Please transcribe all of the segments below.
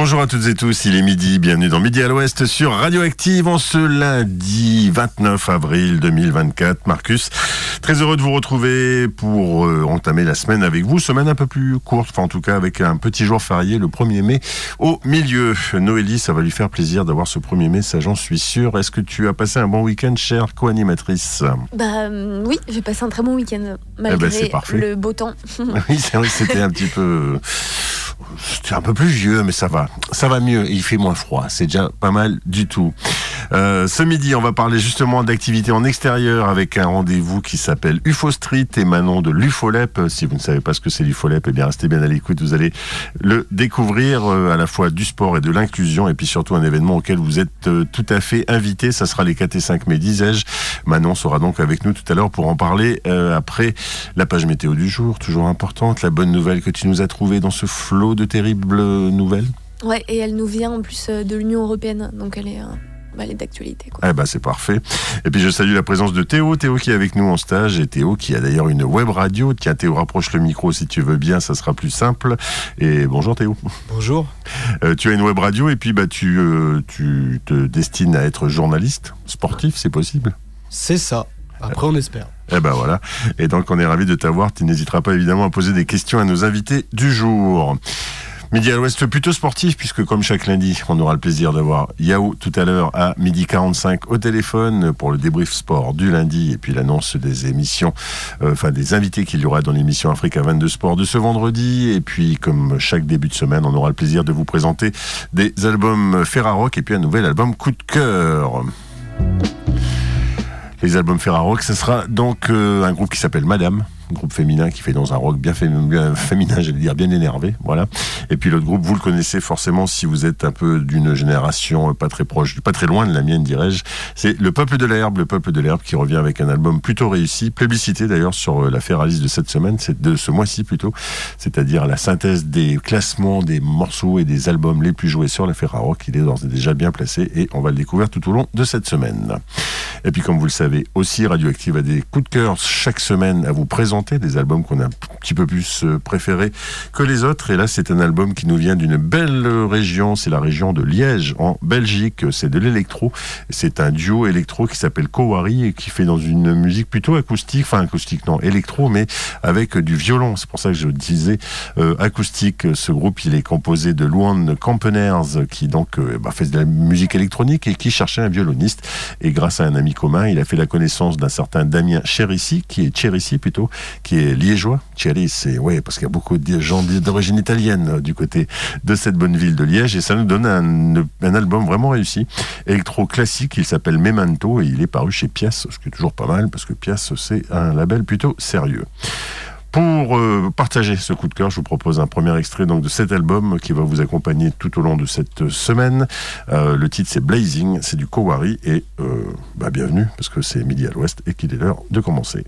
Bonjour à toutes et tous, il est midi, bienvenue dans Midi à l'Ouest sur Radioactive en ce lundi 29 avril 2024. Marcus, très heureux de vous retrouver pour entamer la semaine avec vous, semaine un peu plus courte, enfin en tout cas avec un petit jour férié le 1er mai au milieu. Noélie, ça va lui faire plaisir d'avoir ce 1er mai, ça j'en suis sûr. Est-ce que tu as passé un bon week-end, chère co-animatrice ? Oui, j'ai passé un très bon week-end, malgré le beau temps. Oui, c'est vrai que c'était un petit peu... C'était un peu plus vieux, mais ça va mieux. Il fait moins froid, c'est déjà pas mal du tout. Ce midi, on va parler justement d'activités en extérieur avec un rendez-vous qui s'appelle UFO Street et Manon de l'UFOLEP. Si vous ne savez pas ce que c'est l'UFOLEP, eh bien restez bien à l'écoute, vous allez le découvrir, à la fois du sport et de l'inclusion, et puis surtout un événement auquel vous êtes tout à fait invité. Ça sera les 4 et 5 mai, disais-je. Manon sera donc avec nous tout à l'heure pour en parler après la page météo du jour, toujours importante, la bonne nouvelle que tu nous as trouvée dans ce flot de terribles nouvelles. Ouais, et elle nous vient en plus de l'Union Européenne, donc elle est d'actualité, quoi. C'est parfait. Et puis je salue la présence de Théo qui est avec nous en stage, et Théo qui a d'ailleurs une web radio. Tiens Théo, rapproche le micro si tu veux bien, ça sera plus simple. Et bonjour Théo. Bonjour. Tu as une web radio et puis tu te destines à être journaliste sportif, c'est possible ? C'est ça. Après, on espère. Voilà. Et donc, on est ravis de t'avoir. Tu n'hésiteras pas évidemment à poser des questions à nos invités du jour. Midi à l'Ouest plutôt sportif, puisque comme chaque lundi, on aura le plaisir d'avoir Yao tout à l'heure à 12h45 au téléphone pour le débrief sport du lundi et puis l'annonce des émissions, des invités qu'il y aura dans l'émission Africa 22 Sport de ce vendredi. Et puis, comme chaque début de semaine, on aura le plaisir de vous présenter des albums Ferrarock et puis un nouvel album coup de cœur. Les albums Ferrarock, ce sera donc un groupe qui s'appelle Madame, un groupe féminin qui fait dans un rock bien féminin, j'allais dire bien énervé, voilà. Et puis l'autre groupe, vous le connaissez forcément si vous êtes un peu d'une génération pas très proche, pas très loin de la mienne, dirais-je. C'est le Peuple de l'Herbe qui revient avec un album plutôt réussi, plébiscité d'ailleurs sur la Ferraliste de cette semaine, c'est de ce mois-ci plutôt, c'est-à-dire la synthèse des classements des morceaux et des albums les plus joués sur la Ferrarock. Il est d'ores et déjà bien placé et on va le découvrir tout au long de cette semaine. Et puis comme vous le savez aussi, Radioactive a des coups de cœur chaque semaine à vous présenter, des albums qu'on a un petit peu plus préférés que les autres. Et là, c'est un album qui nous vient d'une belle région, c'est la région de Liège, en Belgique. C'est de l'électro. C'est un duo électro qui s'appelle Kowari et qui fait dans une musique plutôt acoustique, électro, mais avec du violon. C'est pour ça que je disais acoustique. Ce groupe, il est composé de Luan Kampenaers qui donc fait de la musique électronique et qui cherchait un violoniste. Et grâce à un ami commun, il a fait la connaissance d'un certain Damien Cherissi, qui est liégeois. Cherry, parce qu'il y a beaucoup de gens d'origine italienne du côté de cette bonne ville de Liège, et ça nous donne un album vraiment réussi, électro classique. Il s'appelle Memento et il est paru chez Pias, ce qui est toujours pas mal parce que Pias, c'est un label plutôt sérieux. Pour partager ce coup de cœur, je vous propose un premier extrait donc de cet album qui va vous accompagner tout au long de cette semaine. Le titre c'est Blazing, c'est du Kowari et bienvenue parce que c'est Midi à l'Ouest et qu'il est l'heure de commencer.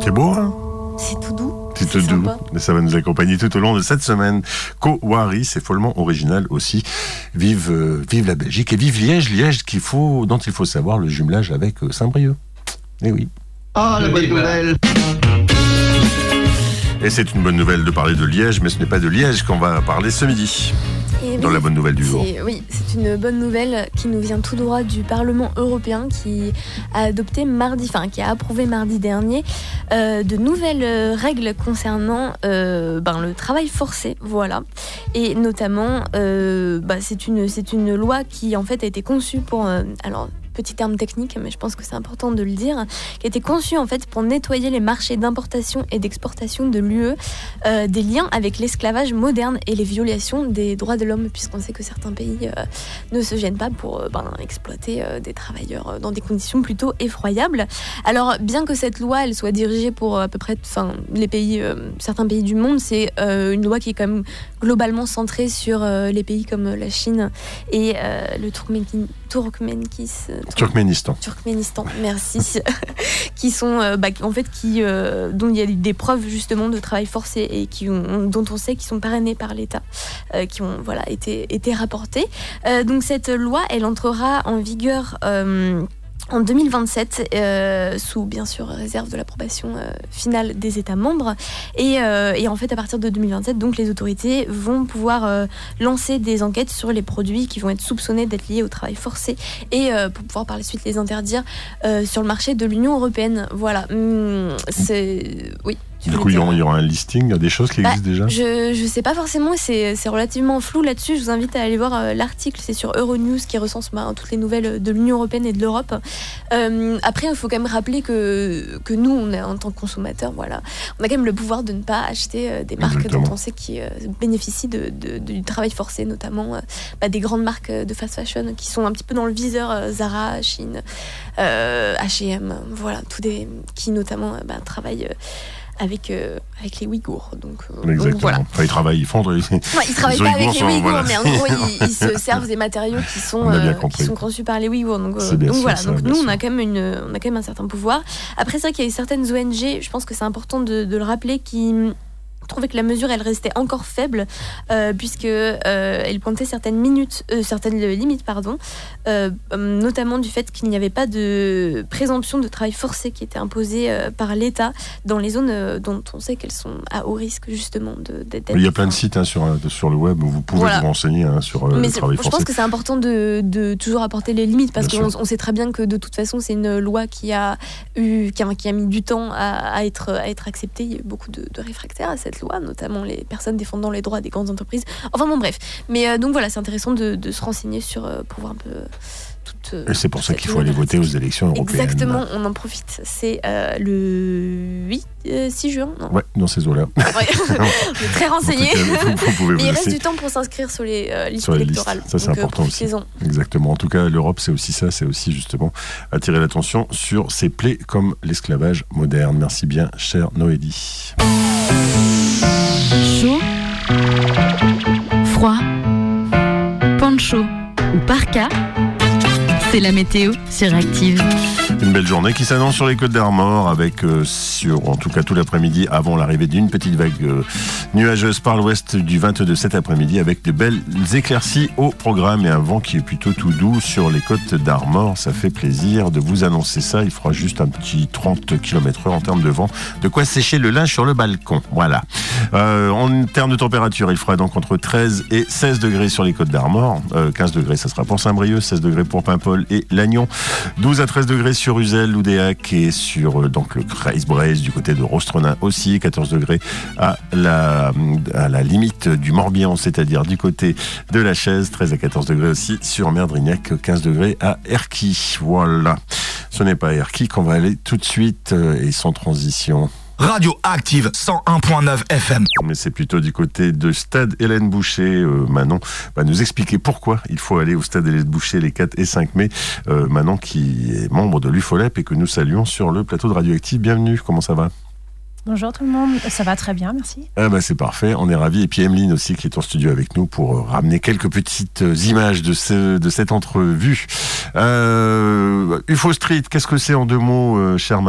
C'est beau, hein? C'est tout doux. C'est tout doux. Sympa. Et ça va nous accompagner tout au long de cette semaine. Kowari, c'est follement original aussi. Vive la Belgique et vive Liège, dont il faut savoir le jumelage avec Saint-Brieuc. Eh oui. Ah, la bonne nouvelle. Et c'est une bonne nouvelle de parler de Liège, mais ce n'est pas de Liège qu'on va parler ce midi. Et Dans la bonne nouvelle du jour. Oui, c'est une bonne nouvelle qui nous vient tout droit du Parlement européen qui a qui a approuvé mardi dernier de nouvelles règles concernant le travail forcé, voilà. Et notamment, c'est une loi qui en fait a été conçue pour petit terme technique, mais je pense que c'est important de le dire, qui a été conçu en fait pour nettoyer les marchés d'importation et d'exportation de l'UE des liens avec l'esclavage moderne et les violations des droits de l'homme, puisqu'on sait que certains pays ne se gênent pas pour exploiter des travailleurs dans des conditions plutôt effroyables. Alors, bien que cette loi elle soit dirigée pour à peu près les pays, certains pays du monde, c'est une loi qui est quand même globalement centrée sur les pays comme la Chine et le Turkménistan, merci, qui sont dont il y a des preuves justement de travail forcé et dont on sait qu'ils sont parrainés par l'État, qui ont été rapportés. Donc cette loi, elle entrera en vigueur en 2027, sous bien sûr réserve de l'approbation finale des États membres, et en fait à partir de 2027, donc les autorités vont pouvoir lancer des enquêtes sur les produits qui vont être soupçonnés d'être liés au travail forcé, et pour pouvoir par la suite les interdire sur le marché de l'Union européenne. Voilà, oui. Du coup, il y aura un listing, il y a des choses qui existent déjà. Je sais pas forcément, c'est relativement flou là-dessus. Je vous invite à aller voir l'article, c'est sur Euronews qui recense toutes les nouvelles de l'Union européenne et de l'Europe. Après, il faut quand même rappeler que nous, on est, en tant que consommateurs, voilà, on a quand même le pouvoir de ne pas acheter des marques Exactement. dont on sait qui bénéficient du travail forcé, notamment des grandes marques de fast fashion qui sont un petit peu dans le viseur, Zara, Shein, H&M, voilà, qui notamment travaillent avec les Ouïghours. Exactement. Donc voilà. Enfin, ils travaillent, ils travaillent pas avec les Ouïghours, voilà. mais en gros, ils se servent des matériaux qui sont conçus par les Ouïghours. Donc voilà. Donc nous, on a quand même un certain pouvoir. Après, c'est vrai qu'il y a certaines ONG, je pense que c'est important de le rappeler, qui trouvait que la mesure elle restait encore faible puisque elle pointait certaines limites notamment du fait qu'il n'y avait pas de présomption de travail forcé qui était imposée par l'État dans les zones dont on sait qu'elles sont à haut risque justement d'être. Il y a plein de sites sur le web où vous pouvez vous renseigner sur le travail forcé. Je pense que c'est important de toujours apporter les limites parce qu'on sait très bien que de toute façon c'est une loi qui a mis du temps à être acceptée. Il y a eu beaucoup de réfractaires à cette loi, notamment les personnes défendant les droits des grandes entreprises. Enfin bon, bref. Mais donc voilà, c'est intéressant de se renseigner pour voir un peu toute. Et c'est pour ça qu'il faut aller voter aux élections européennes. Exactement, on en profite. C'est le 6 juin, non ? Ouais, dans ces eaux-là. Ouais. On est très renseignés. Mais il reste du temps pour s'inscrire sur les listes électorales. Ça, c'est important aussi. Exactement. En tout cas, l'Europe, c'est aussi ça. C'est aussi justement attirer l'attention sur ces plaies comme l'esclavage moderne. Merci bien, chère Noélie. Chaud, froid, poncho ou parka, c'est la météo sur Active. Une belle journée qui s'annonce sur les Côtes d'Armor avec, en tout cas tout l'après-midi, avant l'arrivée d'une petite vague nuageuse par l'ouest du 22 cet après-midi, avec de belles éclaircies au programme et un vent qui est plutôt tout doux sur les Côtes d'Armor. Ça fait plaisir de vous annoncer ça. Il fera juste un petit 30 km/h en termes de vent. De quoi sécher le linge sur le balcon. Voilà. En termes de température, il fera donc entre 13 et 16 degrés sur les Côtes d'Armor. 15 degrés, ça sera pour Saint-Brieuc, 16 degrés pour Paimpol et Lannion. 12 à 13 degrés sur Uzel, Loudéac et sur le Creil-Braise du côté de Rostrenin aussi, 14 degrés à la limite du Morbihan, c'est-à-dire du côté de la Chaise, 13 à 14 degrés aussi sur Merdrignac, 15 degrés à Erquy. Voilà. Ce n'est pas à Erquy qu'on va aller tout de suite et sans transition. Radio Active 101.9 FM. Mais c'est plutôt du côté de Stade Hélène Boucher. Manon va nous expliquer pourquoi il faut aller au Stade Hélène Boucher les 4 et 5 mai. Manon qui est membre de l'UFOLEP et que nous saluons sur le plateau de Radio Active. Bienvenue, comment ça va ? Bonjour tout le monde, ça va très bien, merci. C'est parfait, on est ravis. Et puis Emeline aussi qui est en studio avec nous pour ramener quelques petites images de cette entrevue. UFO Street, qu'est-ce que c'est en 2 mots, cher Manon ?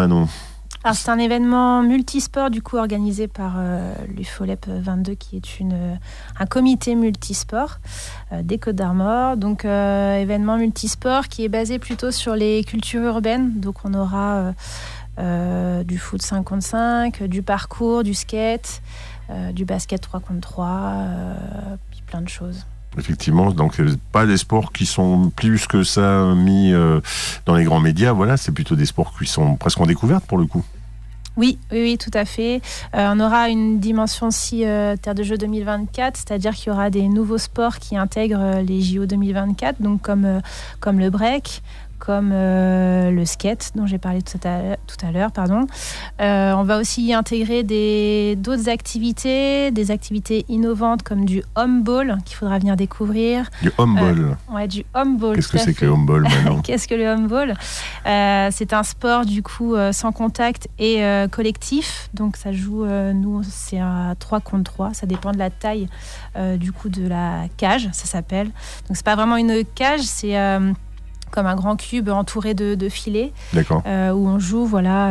Alors, c'est un événement multisport du coup organisé par l'UFOLEP 22 qui est un comité multisport des Côtes d'Armor. Donc événement multisport qui est basé plutôt sur les cultures urbaines. Donc on aura du foot 5 contre 5, du parcours, du skate, du basket 3 contre 3, puis plein de choses. Effectivement, donc pas des sports qui sont plus que ça mis dans les grands médias, voilà, c'est plutôt des sports qui sont presque en découverte pour le coup. Oui, tout à fait. On aura une dimension aussi Terre de Jeux 2024, c'est-à-dire qu'il y aura des nouveaux sports qui intègrent les JO 2024, donc comme le break, comme le skate dont j'ai parlé tout à l'heure. On va aussi y intégrer d'autres activités, des activités innovantes comme du home-ball qu'il faudra venir découvrir. Du home-ball. Du home-ball. Qu'est-ce que c'est que le home-ball maintenant? Qu'est-ce que le home-ball? C'est un sport du coup sans contact et collectif. Donc ça joue, nous c'est à 3 contre 3. Ça dépend de la taille du coup de la cage, ça s'appelle. Donc c'est pas vraiment une cage, c'est comme un grand cube entouré de filets. D'accord. Où on joue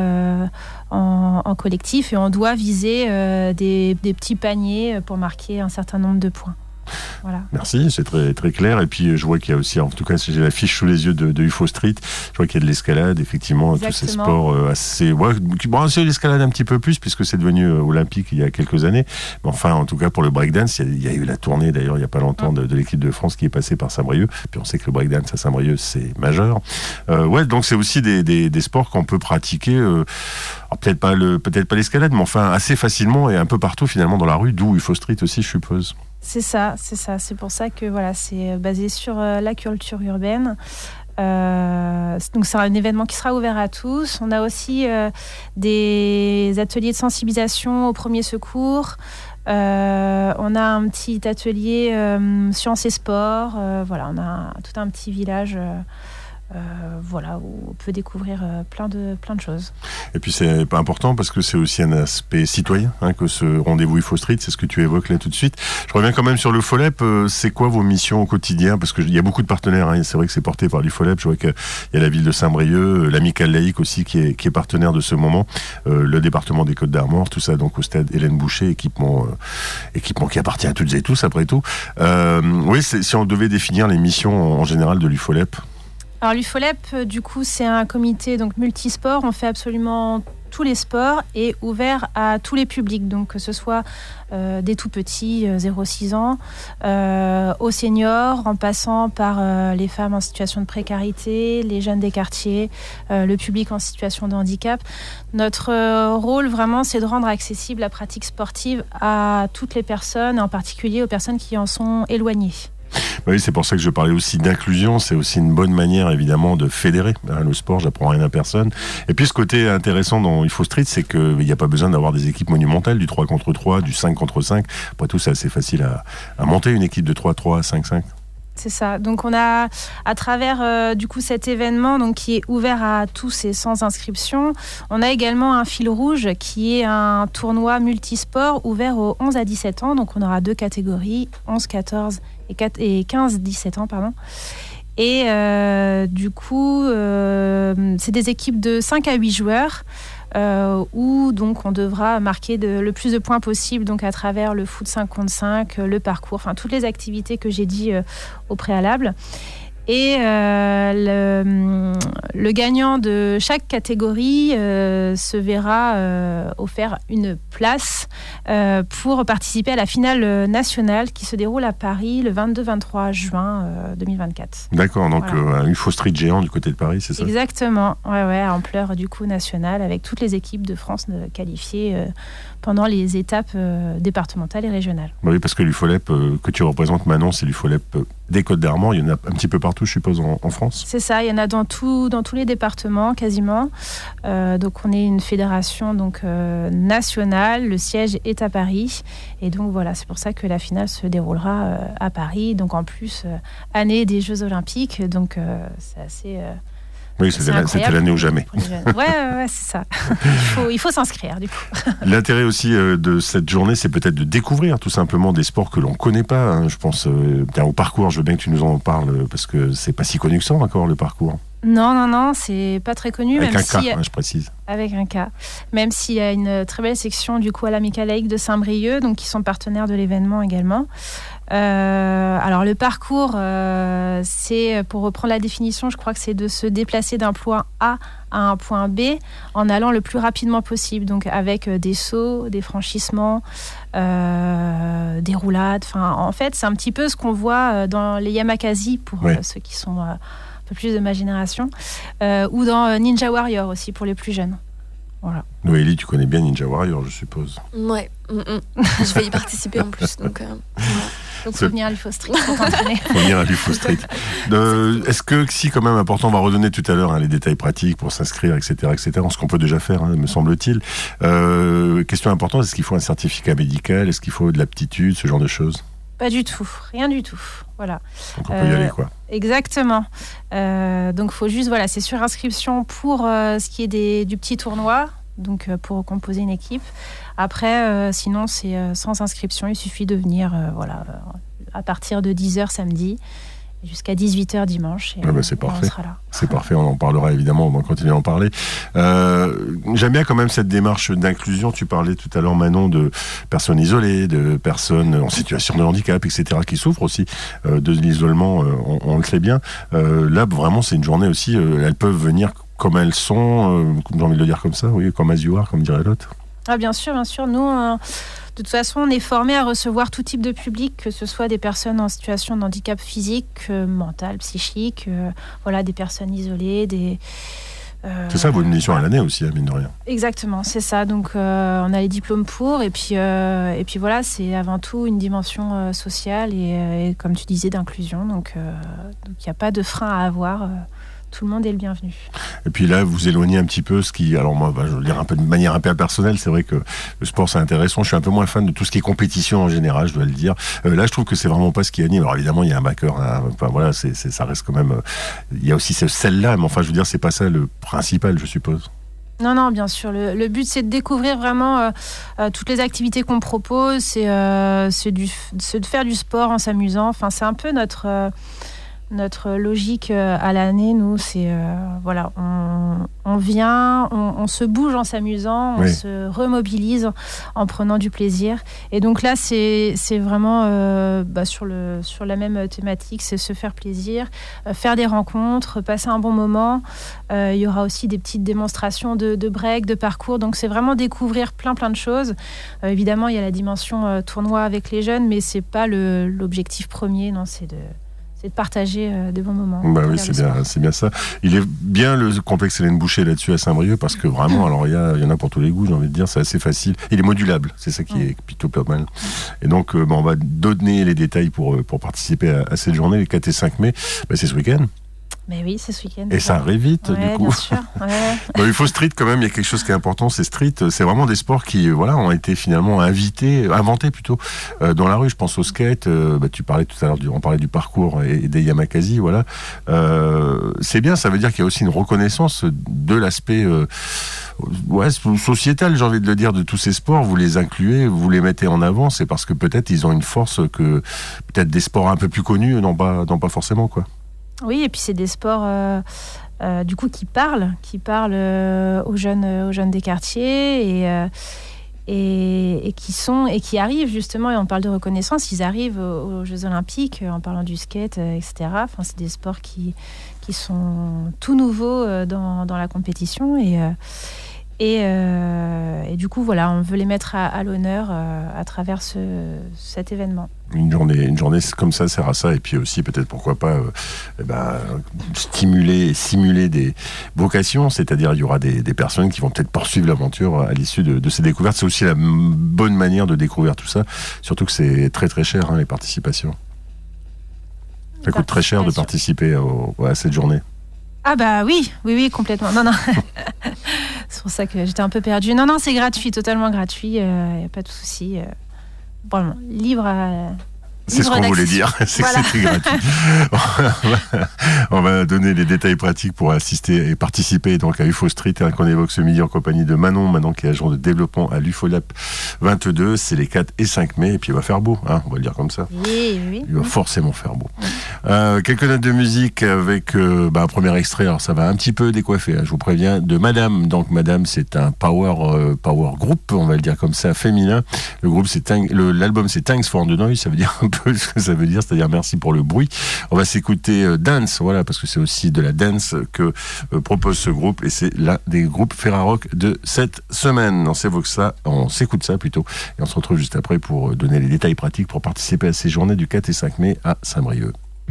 en collectif et on doit viser des petits paniers pour marquer un certain nombre de points. Voilà. Merci, c'est très, très clair. Et puis je vois qu'il y a aussi, en tout cas j'ai la fiche sous les yeux de UFO Street, je vois qu'il y a de l'escalade, effectivement. Exactement. Tous ces sports assez... c'est l'escalade un petit peu plus puisque c'est devenu olympique il y a quelques années. Mais enfin, en tout cas pour le breakdance, il y a eu la tournée d'ailleurs il n'y a pas longtemps de l'équipe de France qui est passée par Saint-Brieuc. Puis on sait que le breakdance à Saint-Brieuc c'est majeur. Donc c'est aussi des sports qu'on peut pratiquer, peut-être pas l'escalade, mais enfin assez facilement et un peu partout finalement dans la rue, d'où UFO Street aussi je suppose. C'est ça. C'est pour ça que c'est basé sur la culture urbaine. Donc c'est un événement qui sera ouvert à tous. On a aussi des ateliers de sensibilisation aux premiers secours. On a un petit atelier sciences et sport. On a tout un petit village. Où on peut découvrir plein de choses. Et puis c'est pas important parce que c'est aussi un aspect citoyen que ce rendez-vous UFO Street, c'est ce que tu évoques là tout de suite. Je reviens quand même sur le FOLEP, c'est quoi vos missions au quotidien? Parce qu'il y a beaucoup de partenaires, c'est vrai que c'est porté par l'UFOLEP, je vois qu'il y a la ville de Saint-Brieuc, l'Amicale laïque aussi qui est partenaire de ce moment, le département des Côtes d'Armor, tout ça donc au stade Hélène Boucher, équipement qui appartient à toutes et tous après tout. Si on devait définir les missions en général de l'UFOLEP. Alors l'UFOLEP, du coup, c'est un comité donc multisport. On fait absolument tous les sports et ouvert à tous les publics. Donc que ce soit des tout petits, 0-6 ans, aux seniors, en passant par les femmes en situation de précarité, les jeunes des quartiers, le public en situation de handicap. Notre rôle vraiment, c'est de rendre accessible la pratique sportive à toutes les personnes, en particulier aux personnes qui en sont éloignées. Oui, c'est pour ça que je parlais aussi d'inclusion. C'est aussi une bonne manière, évidemment, de fédérer. Le sport, j'apprends rien à personne. Et puis, ce côté intéressant dans UFO Street, c'est qu'il n'y a pas besoin d'avoir des équipes monumentales, du 3 contre 3, du 5 contre 5. Après tout, c'est assez facile à monter une équipe de 3-3, 5-5. C'est ça. Donc on a, à travers du coup cet événement donc, qui est ouvert à tous et sans inscription, on a également un fil rouge qui est un tournoi multisport ouvert aux 11 à 17 ans. Donc on aura 2 catégories, 11, 14 et 15, 17 ans, pardon. Et du coup, c'est des équipes de 5 à 8 joueurs où donc on devra marquer le plus de points possible donc à travers le foot 5 contre 5, le parcours, enfin toutes les activités que j'ai dit au préalable. Et le gagnant de chaque catégorie se verra offert une place pour participer à la finale nationale qui se déroule à Paris le 22-23 juin 2024. D'accord, donc un UFO Street géant du côté de Paris, c'est ça? Exactement, à ampleur du coup nationale, avec toutes les équipes de France qualifiées pendant les étapes départementales et régionales. Oui, parce que l'UFOLEP que tu représentes, Manon, c'est l'UFOLEP des Côtes d'Armor. Il y en a un petit peu partout, je suppose, en France. C'est ça, il y en a dans tous les départements, quasiment. Donc, on est une fédération nationale. Le siège est à Paris. Et donc, voilà, c'est pour ça que la finale se déroulera à Paris. Donc, en plus, année des Jeux Olympiques. Donc, c'est assez Oui, c'était l'année ou jamais. Ouais, c'est ça. Il faut s'inscrire, du coup. L'intérêt aussi de cette journée, c'est peut-être de découvrir tout simplement des sports que l'on ne connaît pas. Hein. Je pense au parcours, je veux bien que tu nous en parles, parce que c'est pas si connu que ça encore, le parcours. Non, c'est pas très connu. Avec même un cas, je précise. Avec un cas. Même s'il y a une très belle section du coup à l'Amicale laïque de Saint-Brieuc, donc qui sont partenaires de l'événement également. Alors le parcours, c'est, pour reprendre la définition, je crois que c'est de se déplacer d'un point A à un point B en allant le plus rapidement possible, donc avec des sauts, des franchissements, des roulades. Enfin, en fait, c'est un petit peu ce qu'on voit dans les Yamakasi pour ceux qui sont un peu plus de ma génération, ou dans Ninja Warrior aussi pour les plus jeunes. Voilà. Noélie, tu connais bien Ninja Warrior, je suppose. Ouais, je vais y participer en plus. Donc faut venir à l'UFO Street pour t'entraîner. Faut venir à l'UFO Street. Est-ce que, si quand même important, on va redonner tout à l'heure les détails pratiques pour s'inscrire, etc., ce qu'on peut déjà faire, me semble-t-il. Question importante, est-ce qu'il faut un certificat médical? Est-ce qu'il faut de l'aptitude, ce genre de choses? Pas du tout, rien du tout. Voilà. Donc on peut y aller, quoi. Exactement. Donc faut juste, c'est sur inscription pour ce qui est du petit tournoi, donc pour composer une équipe. Après, sinon c'est sans inscription, il suffit de venir à partir de 10h samedi jusqu'à 18h dimanche. Et c'est parfait. On sera là. C'est parfait, on en parlera évidemment, on va continuer à en parler. J'aime bien quand même cette démarche d'inclusion. Tu parlais tout à l'heure, Manon, de personnes isolées, de personnes en situation de handicap, etc., qui souffrent aussi de l'isolement, on le sait bien. Là, vraiment, c'est une journée aussi, elles peuvent venir comme elles sont, j'ai envie de le dire comme ça, oui, comme as you are, comme dirait l'autre. Ah, bien sûr. Nous, de toute façon, on est formé à recevoir tout type de public, que ce soit des personnes en situation de handicap physique, mental, psychique, des personnes isolées, c'est ça, votre mission à l'année aussi, mine de rien. Exactement, c'est ça. Donc, on a les diplômes pour, et puis voilà, c'est avant tout une dimension sociale et, comme tu disais, d'inclusion. Donc, il n'y a pas de frein à avoir. Tout le monde est le bienvenu. Et puis là, vous éloignez un petit peu ce qui... Alors moi, je veux dire un peu de manière un peu personnelle, c'est vrai que le sport, c'est intéressant. Je suis un peu moins fan de tout ce qui est compétition en général, je dois le dire. Là, je trouve que c'est vraiment pas ce qui anime. Alors évidemment, il y a un backer, ça reste quand même... Il y a aussi celle-là, mais enfin, je veux dire, c'est pas ça le principal, je suppose. Non, bien sûr. Le but, c'est de découvrir vraiment toutes les activités qu'on propose. C'est de faire du sport en s'amusant. Enfin, c'est un peu notre logique à l'année, nous, c'est on vient, on se bouge en s'amusant, on se remobilise en prenant du plaisir. Et donc là, c'est vraiment sur la même thématique, c'est se faire plaisir, faire des rencontres, passer un bon moment. Il y aura aussi des petites démonstrations de break, de parcours. Donc c'est vraiment découvrir plein de choses. Évidemment, il y a la dimension tournoi avec les jeunes, mais c'est pas l'objectif premier, non, c'est de partager de bons moments. Oui, c'est bien ça. Il est bien le complexe Hélène Boucher là-dessus à Saint-Brieuc, parce que vraiment, alors il y en a pour tous les goûts, j'ai envie de dire, c'est assez facile. Il est modulable, c'est ça qui est plutôt pas mal. Et donc, on va donner les détails pour participer à cette journée, les 4 et 5 mai. C'est ce week-end. Mais oui, c'est ce week-end. Et ça arrive vite, du coup. Bien sûr. Il faut street quand même, il y a quelque chose qui est important, c'est street. C'est vraiment des sports qui ont été finalement inventés plutôt dans la rue. Je pense au skate, tu parlais tout à l'heure, on parlait du parcours et des Yamakasi, c'est bien, ça veut dire qu'il y a aussi une reconnaissance de l'aspect sociétal, j'ai envie de le dire, de tous ces sports. Vous les incluez, vous les mettez en avant, c'est parce que peut-être ils ont une force que peut-être des sports un peu plus connus n'ont pas forcément, quoi. Oui, et puis c'est des sports du coup qui parlent aux jeunes des quartiers et qui arrivent justement, et on parle de reconnaissance, ils arrivent aux Jeux Olympiques en parlant du skate, etc. Enfin, c'est des sports qui sont tout nouveaux dans la compétition et du coup, on veut les mettre à l'honneur à travers cet événement. Une journée comme ça sert à ça, et puis aussi peut-être pourquoi pas stimuler et simuler des vocations, c'est-à-dire il y aura des personnes qui vont peut-être poursuivre l'aventure à l'issue de ces découvertes. C'est aussi la bonne manière de découvrir tout ça, surtout que c'est très très cher, les participations. Ça coûte très cher de participer à cette journée. Ah oui, complètement. Non. C'est pour ça que j'étais un peu perdue. Non, c'est gratuit, totalement gratuit. Il n'y a pas de souci. Vraiment, libre C'est ce qu'on voulait dire, c'est que c'était gratuit. On va donner les détails pratiques pour assister et participer donc à UFO Street qu'on évoque ce midi en compagnie de Manon qui est agent de développement à l'UFOLab 22. C'est les 4 et 5 mai et puis il va faire beau, on va le dire comme ça. Oui. Il va forcément faire beau. Quelques notes de musique avec un premier extrait. Alors ça va un petit peu décoiffer, je vous préviens, de Madame. Donc Madame, c'est un power group, on va le dire comme ça, féminin. Le groupe l'album c'est Thanks for the Noise, ça veut dire un peu ce que ça veut dire, c'est-à-dire merci pour le bruit. On va s'écouter Dance, voilà, parce que c'est aussi de la dance que propose ce groupe et c'est l'un des groupes Ferrarock de cette semaine. On s'écoute ça plutôt et on se retrouve juste après pour donner les détails pratiques pour participer à ces journées du 4 et 5 mai à Saint-Brieuc.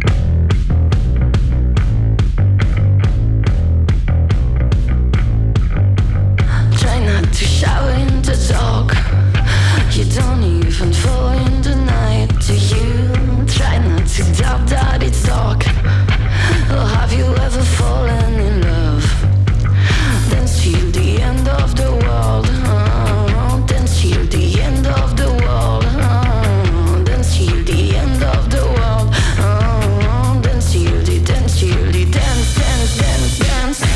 Try not to shout in the dark. You don't even fall in the night. Do you try not to doubt that it's dark? Or have you ever fallen in love? Then till the end of the world. Then till the end of the world. Then till the end of the world. Then till the dance, dance, dance, dance.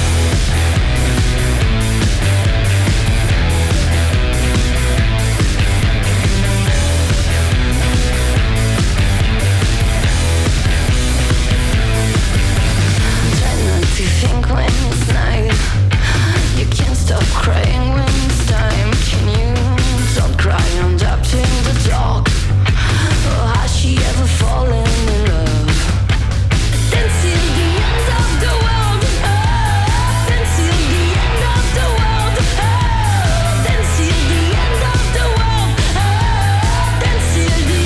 Think when it's night, you can't stop crying when it's time. Can you don't cry and up in the dark? Or has she ever fallen in love? Then till the end of the world. Then till the end of the world. Then till the end of the world. Then till the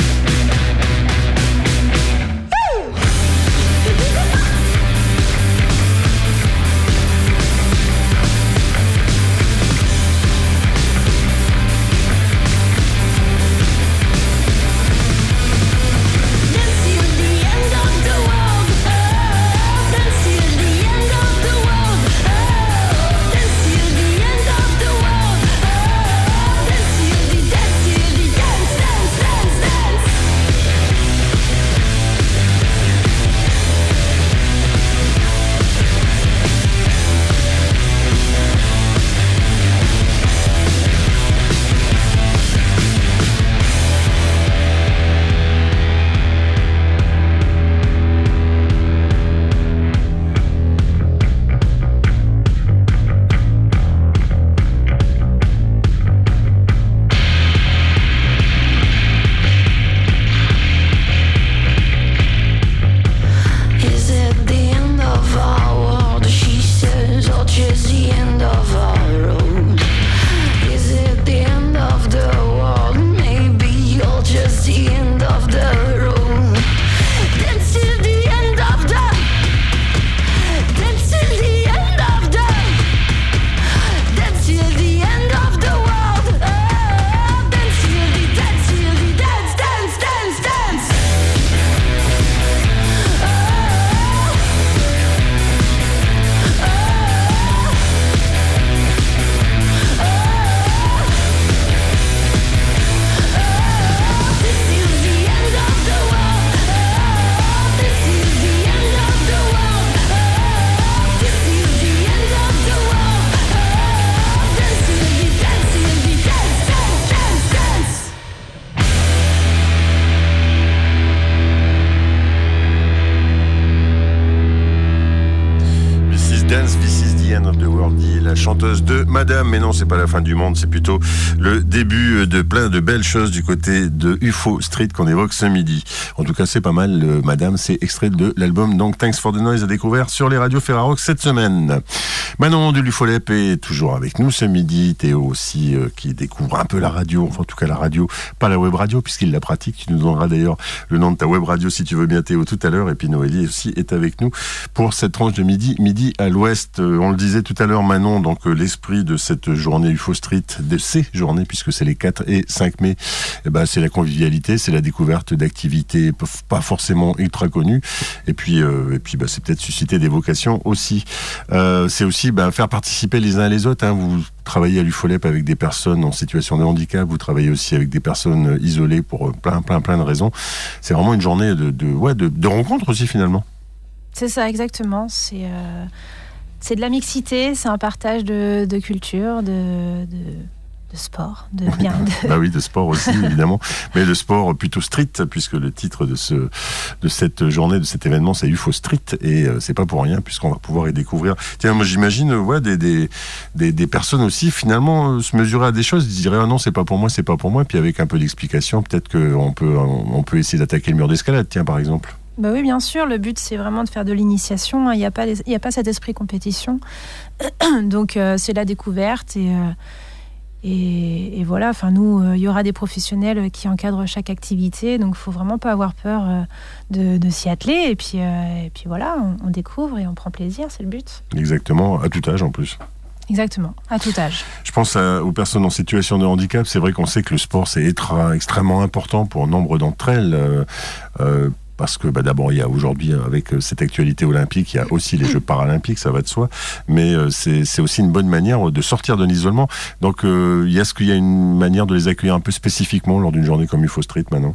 chanteuse de Madame, mais non, c'est pas la fin du monde, c'est plutôt le début de plein de belles choses du côté de UFO Street qu'on évoque ce midi. En tout cas, c'est pas mal, Madame, c'est extrait de l'album donc Thanks for the Noise à découvert sur les radios Ferrarock cette semaine. Manon de l'UFOLEP est toujours avec nous ce midi. Théo aussi qui découvre un peu la radio, enfin en tout cas la radio, pas la web radio puisqu'il la pratique. Tu nous donneras d'ailleurs le nom de ta web radio si tu veux bien, Théo, tout à l'heure. Et puis Noélie aussi est avec nous pour cette tranche de midi à l'ouest. l'Ouest. On le disait tout à l'heure, Manon, donc l'esprit de cette journée UFO Street, de ces journées, puisque c'est les 4 et 5 mai, c'est la convivialité, c'est la découverte d'activités pas forcément ultra connues, et puis c'est peut-être susciter des vocations aussi. C'est aussi faire participer les uns les autres. Vous travaillez à l'UFOLEP avec des personnes en situation de handicap, vous travaillez aussi avec des personnes isolées pour plein de raisons. C'est vraiment une journée de rencontres aussi finalement. C'est ça, exactement. C'est de la mixité, c'est un partage de culture, de sport, de bien. De sport aussi, évidemment. Mais le sport plutôt street, puisque le titre de cette journée, de cet événement, c'est UFO Street. Et c'est pas pour rien, puisqu'on va pouvoir y découvrir. Tiens, moi j'imagine des personnes aussi, finalement, se mesurer à des choses, ils diraient, ah non, c'est pas pour moi. Et puis avec un peu d'explication, peut-être qu'on peut essayer d'attaquer le mur d'escalade, tiens, par exemple. Oui, bien sûr. Le but, c'est vraiment de faire de l'initiation. Il n'y a pas cet esprit compétition. Donc, c'est la découverte et voilà. Enfin, nous, il y aura des professionnels qui encadrent chaque activité. Donc, il ne faut vraiment pas avoir peur de s'y atteler. Et puis voilà, on découvre et on prend plaisir. C'est le but. Exactement. À tout âge, en plus. Exactement, à tout âge. Je pense aux personnes en situation de handicap. C'est vrai qu'on sait que le sport, c'est extrêmement important pour nombre d'entre elles. Parce que d'abord, il y a aujourd'hui, avec cette actualité olympique, il y a aussi les Jeux paralympiques, ça va de soi, mais c'est aussi une bonne manière de sortir de l'isolement. Donc, est-ce qu'il y a une manière de les accueillir un peu spécifiquement lors d'une journée comme UFO Street maintenant ?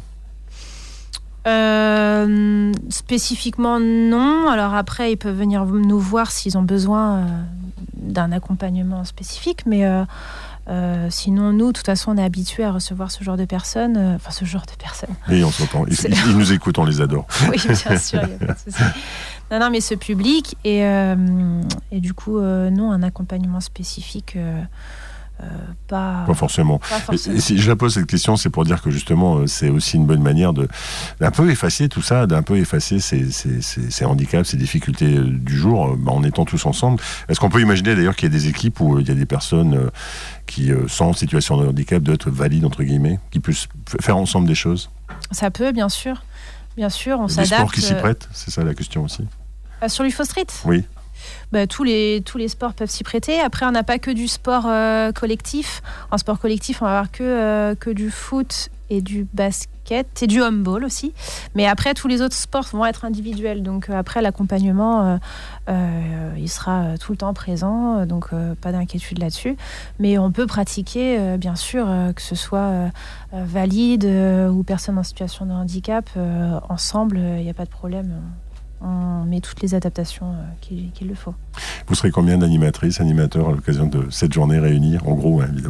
Spécifiquement, non. Alors après, ils peuvent venir nous voir s'ils ont besoin d'un accompagnement spécifique, mais... sinon, nous, de toute façon, on est habitués à recevoir ce genre de personnes. Et on s'entend. Ils nous écoutent, on les adore. Oui, bien sûr, il n'y a pas de souci. Non, mais ce public, et du coup, non, un accompagnement spécifique, pas forcément. Et si je la pose cette question, c'est pour dire que justement, c'est aussi une bonne manière d'un peu effacer tout ça, d'un peu effacer ces handicaps, ces difficultés du jour, en étant tous ensemble. Est-ce qu'on peut imaginer d'ailleurs qu'il y a des équipes où il y a des personnes qui sont en situation de handicap, d'être valides, entre guillemets, qui puissent faire ensemble des choses ? Ça peut, bien sûr. Bien sûr, on s'adapte. Des sports qui s'y prêtent, c'est ça la question aussi. Sur l'UFO Street ? Oui. Tous les sports peuvent s'y prêter. Après, on n'a pas que du sport collectif. En sport collectif, on va avoir que du foot et du basket et du handball aussi. Mais après, tous les autres sports vont être individuels. Donc après, l'accompagnement, il sera tout le temps présent. Donc pas d'inquiétude là-dessus. Mais on peut pratiquer, bien sûr, que ce soit valide ou personne en situation de handicap. Ensemble, il n'y a pas de problème. On met toutes les adaptations qu'il le faut. Vous serez combien d'animatrices, animateurs à l'occasion de cette journée réunie, en gros, évidemment ?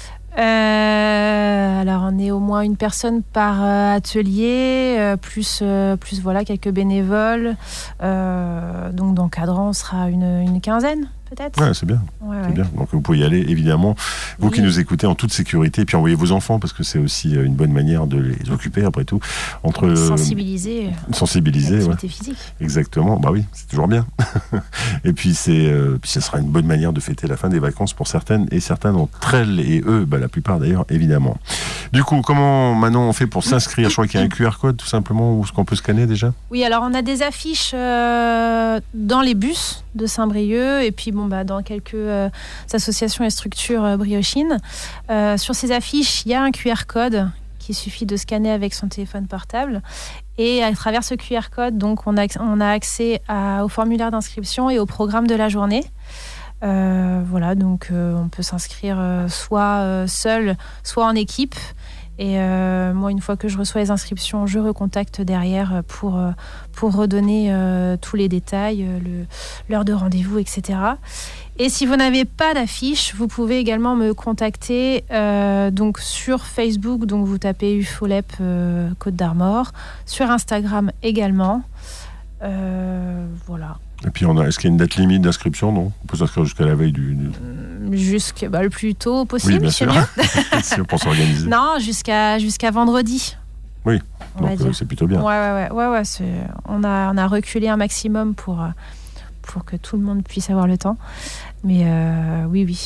Alors, on est au moins une personne par atelier, plus voilà, quelques bénévoles. Donc, d'encadrant, on sera une quinzaine, peut-être. Ouais, c'est bien. C'est bien. Donc, vous pouvez y aller, évidemment. Vous qui nous écoutez en toute sécurité, et puis envoyez vos enfants, parce que c'est aussi une bonne manière de les occuper, après tout. Sensibiliser. L'activité physique. Exactement. Oui, c'est toujours bien. Et puis, ça sera une bonne manière de fêter la fin des vacances pour certaines et certains d'entre elles et eux, la plupart d'ailleurs, évidemment. Du coup, comment, Manon, on fait pour s'inscrire ? Je crois qu'il y a un QR code, tout simplement, où ce qu'on peut scanner déjà ? Oui, alors on a des affiches dans les bus de Saint-Brieuc, et puis dans quelques associations et structures briochines. Sur ces affiches, il y a un QR code qu'il suffit de scanner avec son téléphone portable. Et à travers ce QR code, donc, on a accès au formulaire d'inscription et au programme de la journée. Voilà, donc on peut s'inscrire soit seul, soit en équipe. Et moi, une fois que je reçois les inscriptions, je recontacte derrière pour redonner tous les détails, l'heure de rendez-vous, etc. Et si vous n'avez pas d'affiche, vous pouvez également me contacter donc sur Facebook, donc vous tapez UFOLEP Côte d'Armor, sur Instagram également. Voilà. Et puis, est-ce qu'il y a une date limite d'inscription ? Non, on peut s'inscrire jusqu'à la veille du... le plus tôt possible, oui, bien sûr. C'est sûr, pour s'organiser. Non, jusqu'à vendredi. Oui, donc c'est plutôt bien. Ouais, on a reculé un maximum pour que tout le monde puisse avoir le temps. Mais oui.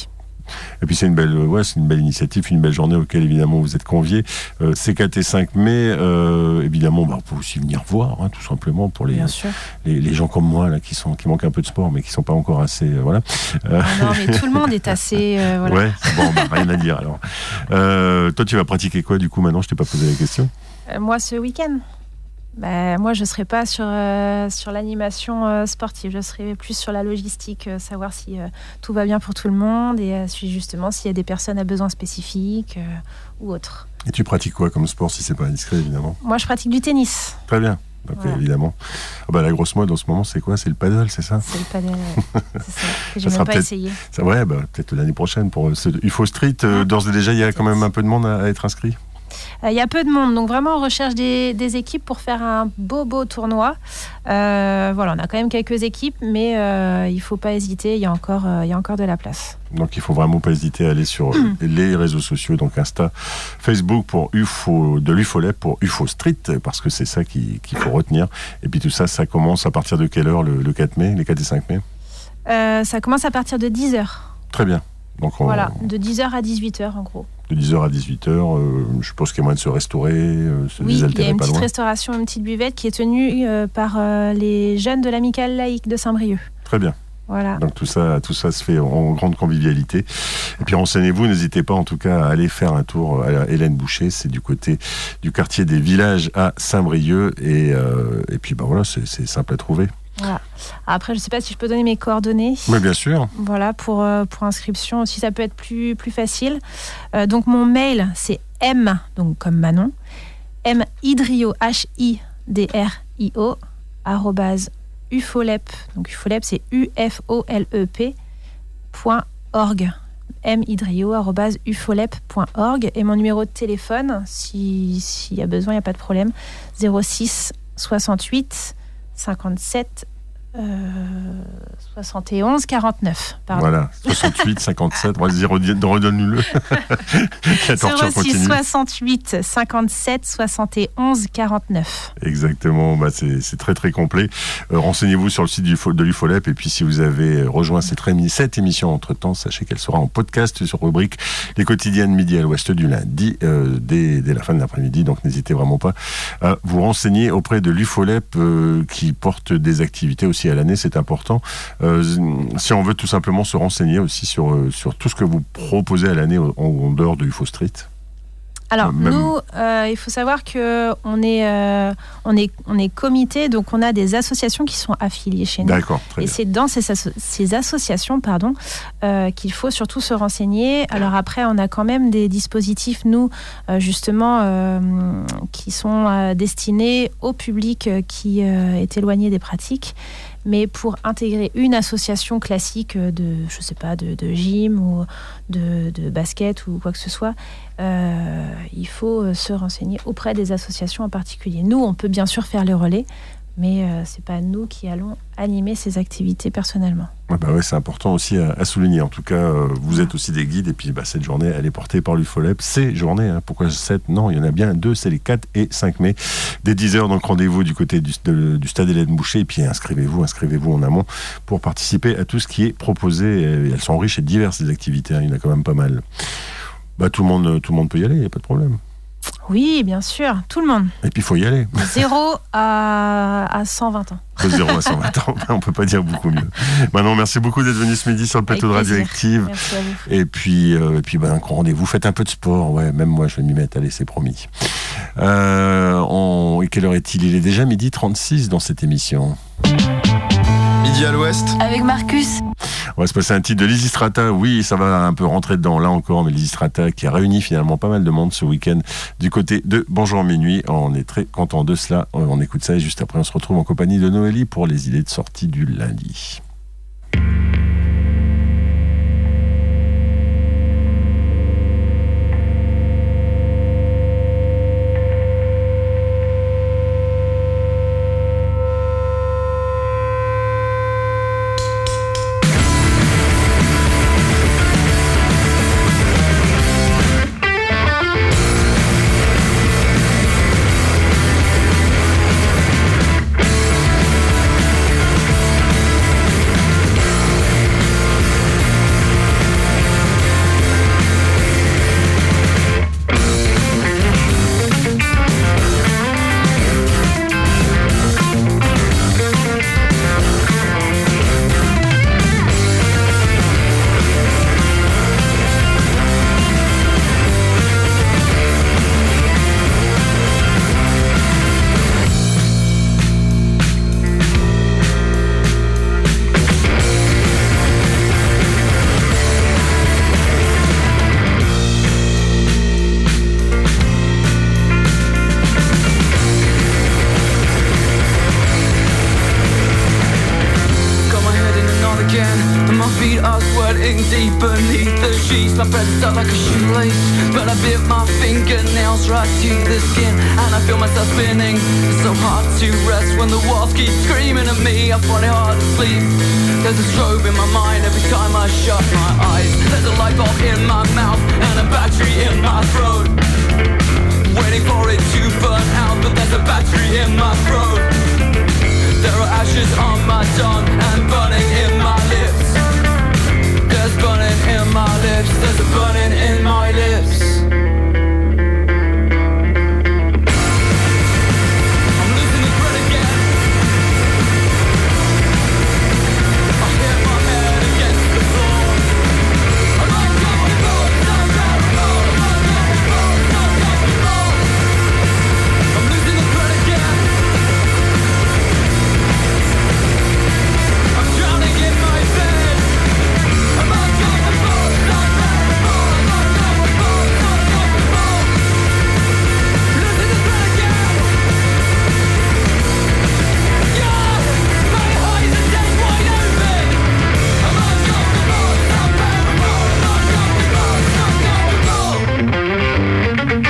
Et puis c'est une belle initiative, une belle journée auquel évidemment vous êtes conviés. C'est 4 et 5 mai, évidemment, on peut aussi venir voir, tout simplement, pour les gens comme moi là, qui manquent un peu de sport, mais qui sont pas encore assez, voilà. Non, mais tout le monde est assez, voilà. Ouais, bon, rien à dire alors. Toi, tu vas pratiquer quoi du coup maintenant? Je t'ai pas posé la question. Moi, ce week-end. Moi, je ne serai pas sur l'animation sportive. Je serai plus sur la logistique, savoir si tout va bien pour tout le monde et justement s'il y a des personnes à besoins spécifiques ou autres. Et tu pratiques quoi comme sport, si c'est pas indiscret, évidemment? Moi, je pratique du tennis. Très bien. Donc, voilà. Évidemment. La grosse mode en ce moment, c'est quoi? C'est le paddle, c'est ça? C'est le paddle, c'est ça. Que j'ai même pas essayé. Ouais, peut-être l'année prochaine pour ce UFO Street. D'ores et déjà, il y a quand même un peu de monde à être inscrit. Il y a peu de monde, donc vraiment on recherche des équipes pour faire un beau tournoi. On a quand même quelques équipes, mais il ne faut pas hésiter, il y a encore de la place. Donc il ne faut vraiment pas hésiter à aller sur les réseaux sociaux, donc Insta, Facebook pour l'UFOLEP pour UFO Street, parce que c'est ça qu'il faut retenir. Et puis tout ça, ça commence à partir de quelle heure le 4 mai, les 4 et 5 mai? Ça commence à partir de 10h. Très bien. Donc de 10h à 18h en gros. De 10h à 18h, je pense qu'il y a moyen de se restaurer, oui, il y a une petite restauration, une petite buvette qui est tenue par les jeunes de l'amicale laïque de Saint-Brieuc. Très bien. Voilà. Donc tout ça se fait en grande convivialité. Et puis renseignez-vous, n'hésitez pas en tout cas à aller faire un tour à Hélène Boucher, c'est du côté du quartier des Villages à Saint-Brieuc et puis c'est simple à trouver. Voilà. Après, je ne sais pas si je peux donner mes coordonnées. Oui, bien sûr. Voilà, pour inscription aussi, ça peut être plus facile. Donc, mon mail, c'est M, donc comme Manon, mhidrio, HIDRIO, @ufolep. Donc, ufolep, c'est UFOLEP.org. mhidrio@ufolep.org. Et mon numéro de téléphone, s'il y a besoin, il n'y a pas de problème, 06 68 57 71 49. Pardon. Voilà, 68 57, redonne-nous-le. 06 68 57 71 49. Exactement, c'est très très complet. Renseignez-vous sur le site de l'UFOLEP et puis si vous avez rejoint cette émission entre-temps, sachez qu'elle sera en podcast sur rubrique Les Quotidiennes Midi à l'Ouest du lundi dès la fin de l'après-midi, donc n'hésitez vraiment pas à vous renseigner auprès de l'UFOLEP qui porte des activités aussi à l'année, c'est important. Si on veut tout simplement se renseigner aussi sur tout ce que vous proposez à l'année en dehors de UFO Street. Alors nous, il faut savoir que on est comité, donc on a des associations qui sont affiliées chez nous. D'accord. Et c'est dans ces associations, qu'il faut surtout se renseigner. Alors après, on a quand même des dispositifs, nous, justement, qui sont destinés au public qui est éloigné des pratiques. Mais pour intégrer une association classique de gym ou de basket ou quoi que ce soit, il faut se renseigner auprès des associations en particulier. Nous, on peut bien sûr faire le relais, mais c'est pas nous qui allons animer ces activités personnellement. C'est important aussi à souligner. En tout cas, vous êtes aussi des guides et puis cette journée, elle est portée par l'UFOLEP. Ces journées, pourquoi 7? Non, il y en a bien 2, c'est les 4 et 5 mai. Dès 10h, donc rendez-vous du côté du stade Hélène Boucher et puis inscrivez-vous en amont pour participer à tout ce qui est proposé. Elles sont riches et diverses, ces activités, il y en a quand même pas mal. Tout le monde peut y aller, il n'y a pas de problème. Oui, bien sûr, tout le monde. Et puis il faut y aller. 0 à 120 ans. De 0 à 120 ans, on peut pas dire beaucoup mieux. Manon, merci beaucoup d'être venu ce midi sur le plateau de Radioactive. Merci à vous. Et puis rendez-vous, faites un peu de sport. Ouais, même moi je vais m'y mettre, allez, c'est promis. Quelle heure est-il? Il est déjà 12h36 dans cette émission. Midi à l'Ouest. Avec Marcus. On va se passer un titre de Lysistrata. Oui, ça va un peu rentrer dedans là encore, mais Lysistrata qui a réuni finalement pas mal de monde ce week-end du côté de Bonjour Minuit. On est très content de cela. On écoute ça et juste après on se retrouve en compagnie de Noélie pour les idées de sortie du lundi. deep beneath the sheets. My breath is out like a shoelace, but I bit my fingernails right to the skin, and I feel myself spinning. It's so hard to rest when the walls keep screaming at me. I find it hard to sleep. There's a strobe in my mind every time I shut my eyes. There's a light bulb in my mouth and a battery in my throat, waiting for it to burn out, but there's a battery in my throat. There are ashes on my tongue and burning in my lips. There's burning in my lips. There's a burning in my lips. I'm losing the thread again. I hit my head against the floor. I'm uncomfortable, uncomfortable, uncomfortable, uncomfortable. I'm losing the thread again. I'm drowning in my bed. I'm uncomfortable, uncomfortable, uncomfortable, uncomfortable. Losing the thread again. Yeah, my eyes are dead wide open. I'm uncomfortable, uncomfortable, uncomfortable, uncomfortable.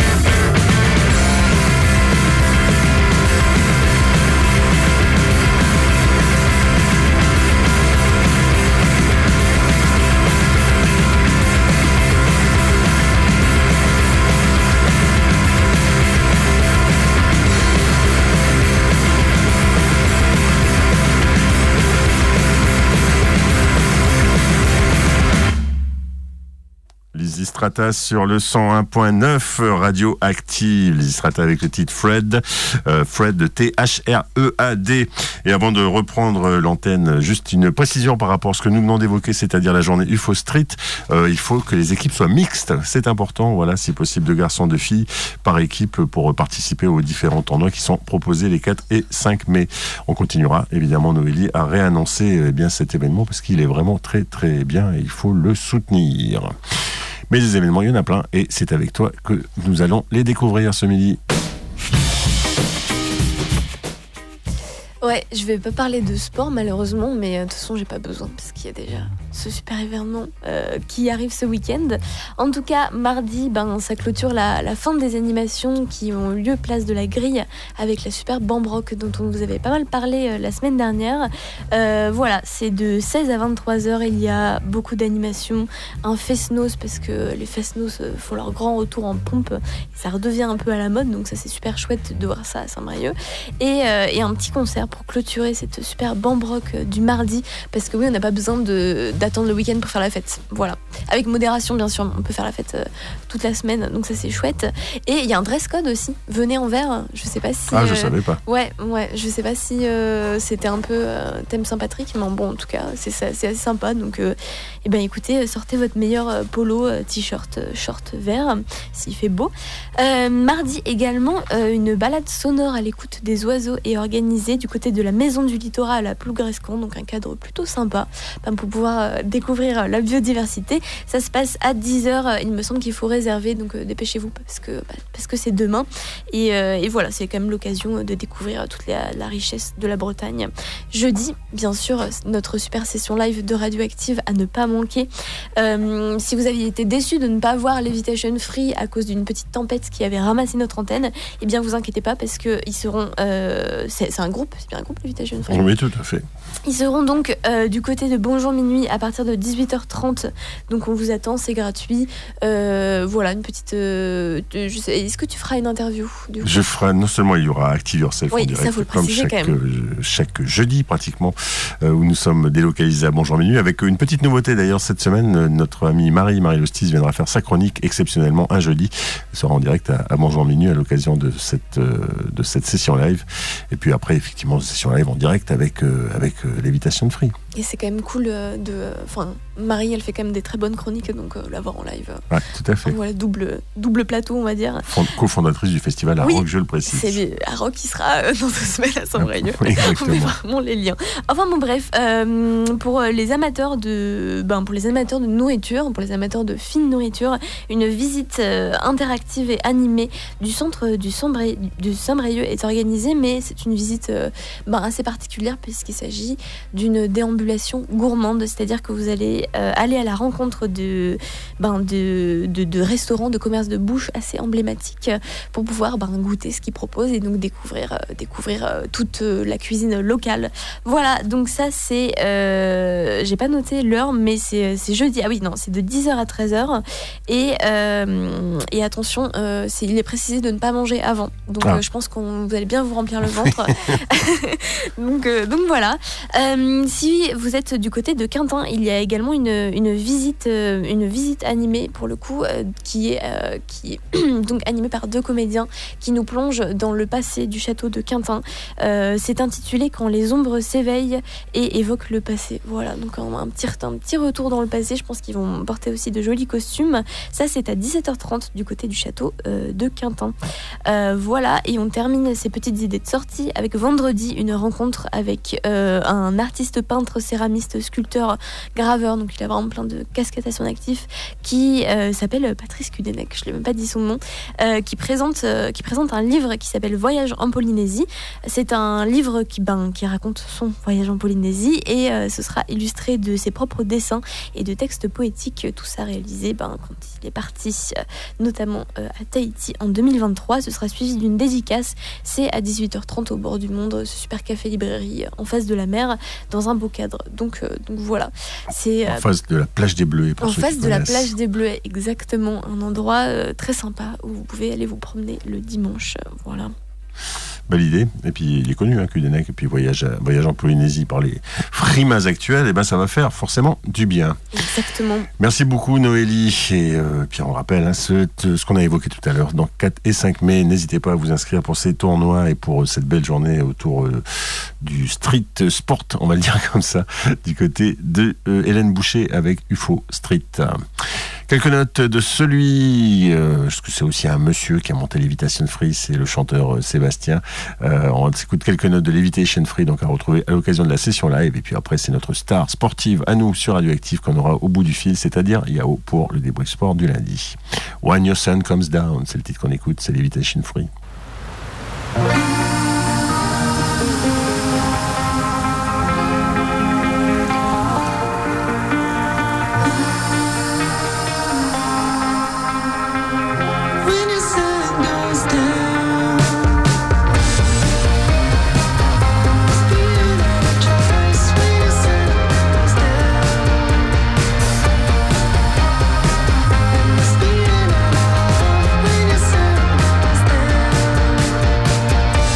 Lysistrata sur le 101.9 Radio Active. Lysistrata avec le titre Fred, Fred T-H-R-E-A-D. Et avant de reprendre l'antenne, juste une précision par rapport à ce que nous venons d'évoquer, c'est-à-dire la journée UFO Street. Il faut que les équipes soient mixtes, c'est important. Voilà, si possible, de garçons, de filles par équipe pour participer aux différents tournois qui sont proposés les 4 et 5 mai. On continuera évidemment, Noélie, à réannoncer bien cet événement parce qu'il est vraiment très très bien et il faut le soutenir. Mais les événements, il y en a plein et c'est avec toi que nous allons les découvrir ce midi. Ouais, je vais pas parler de sport malheureusement, mais de toute façon j'ai pas besoin parce qu'il y a déjà ce super événement qui arrive ce week-end. En tout cas, mardi, ça clôture la fin des animations qui ont lieu place de la Grille avec la super Bambrock dont on vous avait pas mal parlé la semaine dernière. Voilà, c'est de 16 à 23h, il y a beaucoup d'animations, un Fest-Noz parce que les Fest-Noz font leur grand retour en pompe, ça redevient un peu à la mode, donc ça c'est super chouette de voir ça à Saint-Brieuc. Et un petit concert pour clôturer cette super Bambrock du mardi, parce que oui, on n'a pas besoin d'attendre le week-end pour faire la fête. Voilà. Avec modération, bien sûr, on peut faire la fête toute la semaine, donc ça c'est chouette. Et il y a un dress code aussi. Venez en vert. Je sais pas si. Ah, je savais pas. Ouais, je sais pas si c'était un peu thème Saint-Patrick, mais bon, en tout cas, c'est assez sympa. Donc, écoutez, sortez votre meilleur polo, t-shirt, short vert, s'il fait beau. Mardi également, une balade sonore à l'écoute des oiseaux est organisée du côté de la Maison du Littoral à la Plougrescant, donc un cadre plutôt sympa pour pouvoir découvrir la biodiversité. Ça se passe à 10h, il me semble qu'il faut réserver, donc dépêchez-vous parce que c'est demain. Et voilà, c'est quand même l'occasion de découvrir toute la richesse de la Bretagne. Jeudi, bien sûr, notre super session live de Radioactive à ne pas manquer. Si vous aviez été déçus de ne pas voir Levitation Free à cause d'une petite tempête qui avait ramassé notre antenne, eh bien vous inquiétez pas parce qu'ils seront... c'est un groupe, c'est bien un groupe Levitation Free. Oui, tout à fait. Ils seront donc du côté de Bonjour Minuit à partir de 18h30. Donc on vous attend, c'est gratuit. Voilà, une petite... est-ce que tu feras une interview du coup ? Je ferai, non seulement il y aura Active Yourself en direct, ça faut le préciser, comme chaque jeudi pratiquement, où nous sommes délocalisés à Bonjour Minuit, avec une petite nouveauté d'ailleurs cette semaine. Notre amie Marie Lostis viendra faire sa chronique exceptionnellement un jeudi. Elle sera en direct à Bonjour Minuit à l'occasion de cette session live. Et puis après, effectivement, session live en direct avec Levitation Free. Et c'est quand même cool Marie, elle fait quand même des très bonnes chroniques, donc la voir en live. Ouais, tout à fait. Voilà, double plateau, on va dire. Co-fondatrice du festival à Rock, je le précise. C'est à Rock qui sera dans 2 semaines à Saint-Brieuc. Exactement. On fait vraiment les liens. Enfin bon, bref, pour les amateurs de nourriture, pour les amateurs de fine nourriture, une visite interactive et animée du centre du Saint-Brieuc est organisée, mais c'est une visite assez particulière puisqu'il s'agit d'une déambulation déambulation gourmande, c'est-à-dire que vous allez aller à la rencontre de restaurants, de commerces de bouche assez emblématiques pour pouvoir goûter ce qu'ils proposent et donc découvrir toute la cuisine locale. Voilà, donc ça c'est... j'ai pas noté l'heure, mais c'est jeudi. Ah oui, non, c'est de 10h à 13h. Et attention, il est précisé de ne pas manger avant. Donc je pense que vous allez bien vous remplir le ventre. donc voilà. Si vous êtes du côté de Quintin, il y a également une visite animée pour le coup qui est donc animée par 2 comédiens qui nous plongent dans le passé du château de Quintin. C'est intitulé Quand les ombres s'éveillent et évoque le passé. Voilà, donc un petit retour dans le passé. Je pense qu'ils vont porter aussi de jolis costumes. Ça, c'est à 17h30 du côté du château de Quintin. Voilà, et on termine ces petites idées de sortie avec vendredi une rencontre avec un artiste peintre, céramiste, sculpteur, graveur, donc il a vraiment plein de casquettes à son actif, qui s'appelle Patrice Kudenek, je ne l'ai même pas dit son nom, qui présente un livre qui s'appelle Voyage en Polynésie. C'est un livre qui raconte son voyage en Polynésie et ce sera illustré de ses propres dessins et de textes poétiques, tout ça réalisé quand il est parti notamment à Tahiti en 2023. Ce sera suivi d'une dédicace, c'est à 18h30 au bord du monde, ce super café librairie en face de la mer, dans un beau cadre. Donc voilà. C'est en face de la plage des Bleuets. En face de la plage des Bleuets, exactement. Un endroit très sympa où vous pouvez aller vous promener le dimanche. Voilà. Belle idée. Et puis il est connu, Kudenek, et puis voyage en Polynésie par les frimas actuels, et ça va faire forcément du bien. Exactement. Merci beaucoup Noélie. Et puis on rappelle ce qu'on a évoqué tout à l'heure, donc 4 et 5 mai, n'hésitez pas à vous inscrire pour ces tournois et pour cette belle journée autour du street sport, on va le dire comme ça, du côté de Hélène Boucher avec UFO Street. Quelques notes de celui, c'est aussi un monsieur qui a monté Levitation Free, c'est le chanteur Sébastien. On s'écoute quelques notes de Levitation Free, donc à retrouver à l'occasion de la session live. Et puis après, c'est notre star sportive à nous sur Radioactive qu'on aura au bout du fil, c'est-à-dire Yao pour le débrief sport du lundi. When Your Sun Comes Down, c'est le titre qu'on écoute, c'est Levitation Free. When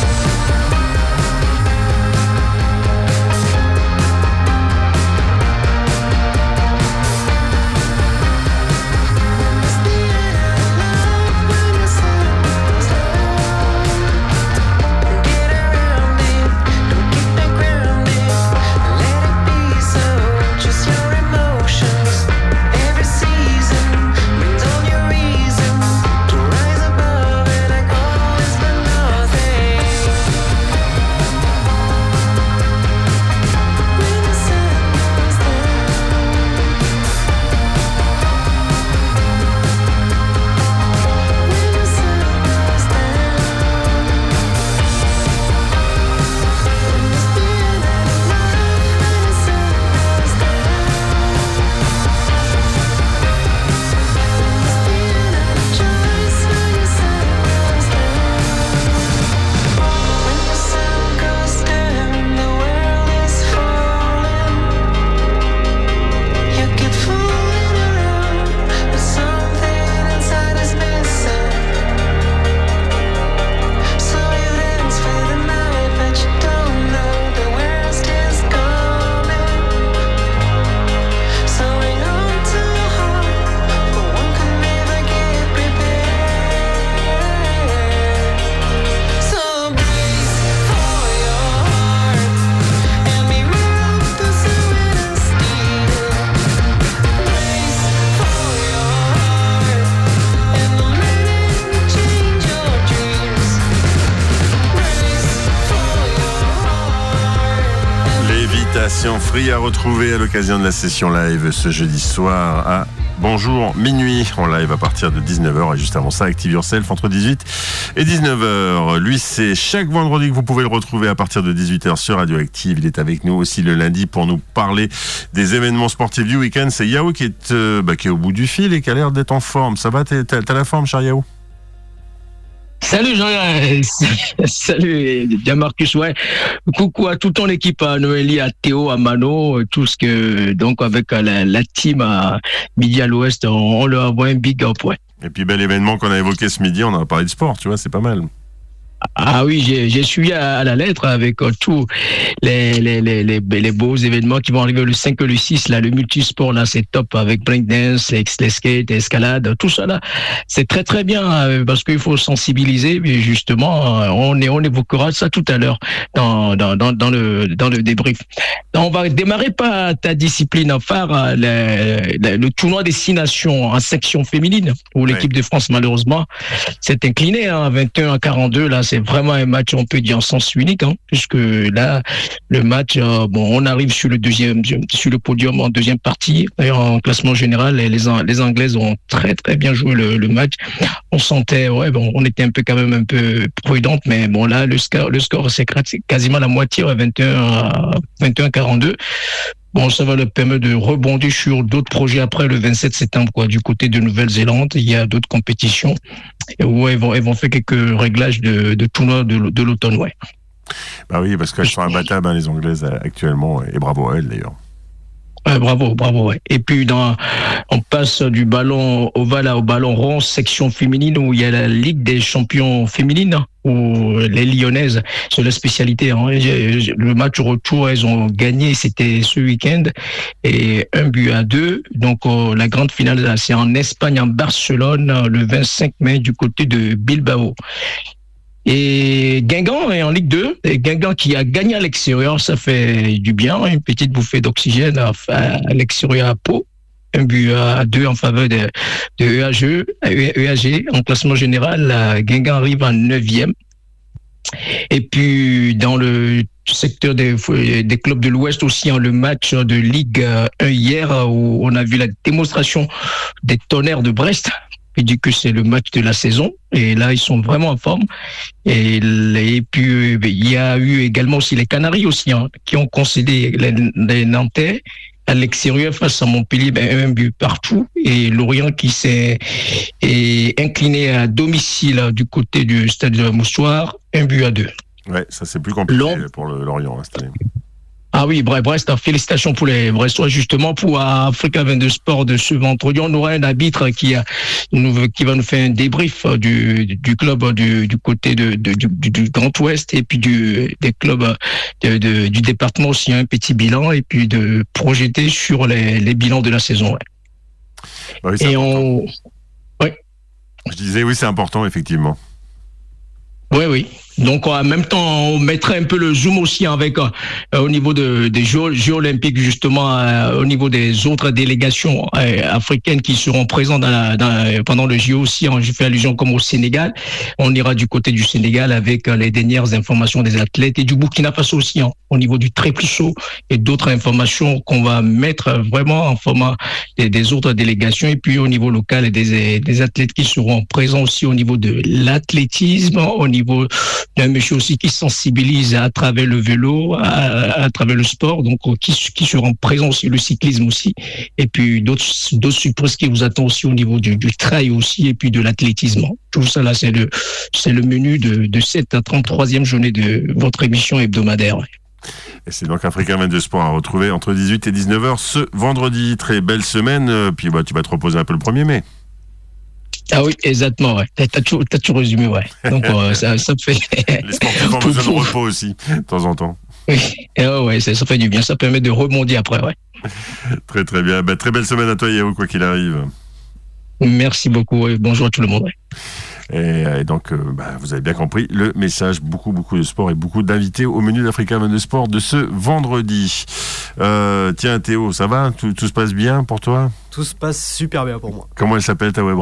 l'émission Free à retrouver à l'occasion de la session live ce jeudi soir à Bonjour minuit en live à partir de 19h et juste avant ça Active Yourself entre 18 et 19h. Lui c'est chaque vendredi que vous pouvez le retrouver à partir de 18h sur Radioactive. Il est avec nous aussi le lundi pour nous parler des événements sportifs du week-end. C'est Yao qui est au bout du fil et qui a l'air d'être en forme. Ça va, t'as la forme, cher Yao? Salut Jean-Yann, salut Jean-Marcus, ouais. Coucou à toute ton équipe, à Noélie, à Théo, à Mano, tout ce que, donc avec la team à Midi à l'Ouest, on leur envoie un big up, ouais. Et puis bel événement qu'on a évoqué ce midi, on a parlé de sport, tu vois, c'est pas mal. Ah oui, j'ai suivi à la lettre avec tous les beaux événements qui vont arriver le 5 et le 6, là, le multisport, là, c'est top avec breakdance, les skates, l'escalade, tout ça, là. C'est très, très bien, parce qu'il faut sensibiliser, mais justement, on évoquera ça tout à l'heure dans le débrief. On va démarrer par ta discipline phare, le tournoi des 6 nations en section féminine, où l'équipe de France, malheureusement, s'est inclinée, 21-42, là, c'est vraiment un match, on peut dire, en sens unique, puisque là, le match, on arrive sur le podium en deuxième partie. D'ailleurs, en classement général, les Anglaises ont très, très bien joué le match. On sentait, on était un peu prudente, mais bon, là, le score, c'est quasiment la moitié, 21-42. Bon, ça va leur permettre de rebondir sur d'autres projets après le 27 septembre, du côté de Nouvelle-Zélande. Il y a d'autres compétitions où ils vont faire quelques réglages de tournois de l'automne, ouais. Bah oui, parce qu'elles sont imbattables, les Anglaises, actuellement, et bravo à elles, d'ailleurs. Bravo, ouais. Et puis on passe du ballon ovale au ballon rond, section féminine, où il y a la Ligue des champions féminines, où les Lyonnaises, c'est la spécialité. Le match retour, elles ont gagné, c'était ce week-end, et 1-2. Donc la grande finale, c'est en Espagne, en Barcelone, le 25 mai, du côté de Bilbao. Et Guingamp est en Ligue 2, et Guingamp qui a gagné à l'extérieur, ça fait du bien, une petite bouffée d'oxygène à l'extérieur à Pau. 1-2 en faveur de EAG. En classement général, Guingamp arrive en 9e. Et puis, dans le secteur des clubs de l'Ouest aussi, le match de Ligue 1 hier, où on a vu la démonstration des Tonnerres de Brest. Il dit que c'est le match de la saison et là ils sont vraiment en forme et puis il y a eu également aussi les Canaries aussi qui ont concédé les Nantais à l'extérieur face à Montpellier, un but partout, et Lorient qui s'est incliné à domicile du côté du stade de la Moussoir, 1-2. Ouais, ça c'est plus compliqué pour le Lorient cette année. Ah oui, Brest, félicitations pour les Brestois, justement, pour Africa 22 Sport de ce vendredi. On aura un arbitre qui va nous faire un débrief du club du côté du Grand Ouest et puis des clubs du département aussi, un petit bilan et puis de projeter sur les bilans de la saison. Ouais. Bah oui, Je disais oui, c'est important, effectivement. Oui. Donc, en même temps, on mettrait un peu le zoom aussi avec au niveau des Jeux olympiques, justement, au niveau des autres délégations africaines qui seront présentes pendant le JO aussi. J'ai fait allusion comme au Sénégal. On ira du côté du Sénégal avec les dernières informations des athlètes et du Burkina Faso aussi, au niveau du triple saut et d'autres informations qu'on va mettre vraiment en format des autres délégations. Et puis, au niveau local, et des athlètes qui seront présents aussi au niveau de l'athlétisme, au niveau d'un monsieur aussi qui sensibilise à travers le vélo, à travers le sport, donc qui seront présents aussi, le cyclisme aussi, et puis d'autres surprises qui vous attendent aussi au niveau du trail aussi, et puis de l'athlétisme. Tout ça là, c'est le menu de cette 33e journée de votre émission hebdomadaire. Et c'est donc Africa 22 Sport à retrouver entre 18 et 19h ce vendredi. Très belle semaine, puis tu vas te reposer un peu le 1er mai. Ah oui, exactement, ouais. T'as tout résumé, ouais. Donc, ça fait... Les sportifs ont besoin de repos aussi, de temps en temps. Oui, ouais, ça fait du bien, ça permet de rebondir après, ouais. Très, très bien. Très belle semaine à toi, Yao, quoi qu'il arrive. Merci beaucoup, et bonjour à tout le monde, ouais. Et donc, vous avez bien compris le message, beaucoup de sport et beaucoup d'invités au menu d'Africa 22 Sport de ce vendredi. Tiens, Théo, ça va ? Tout se passe bien pour toi ? Tout se passe super bien pour moi. Comment elle s'appelle ta web radio ?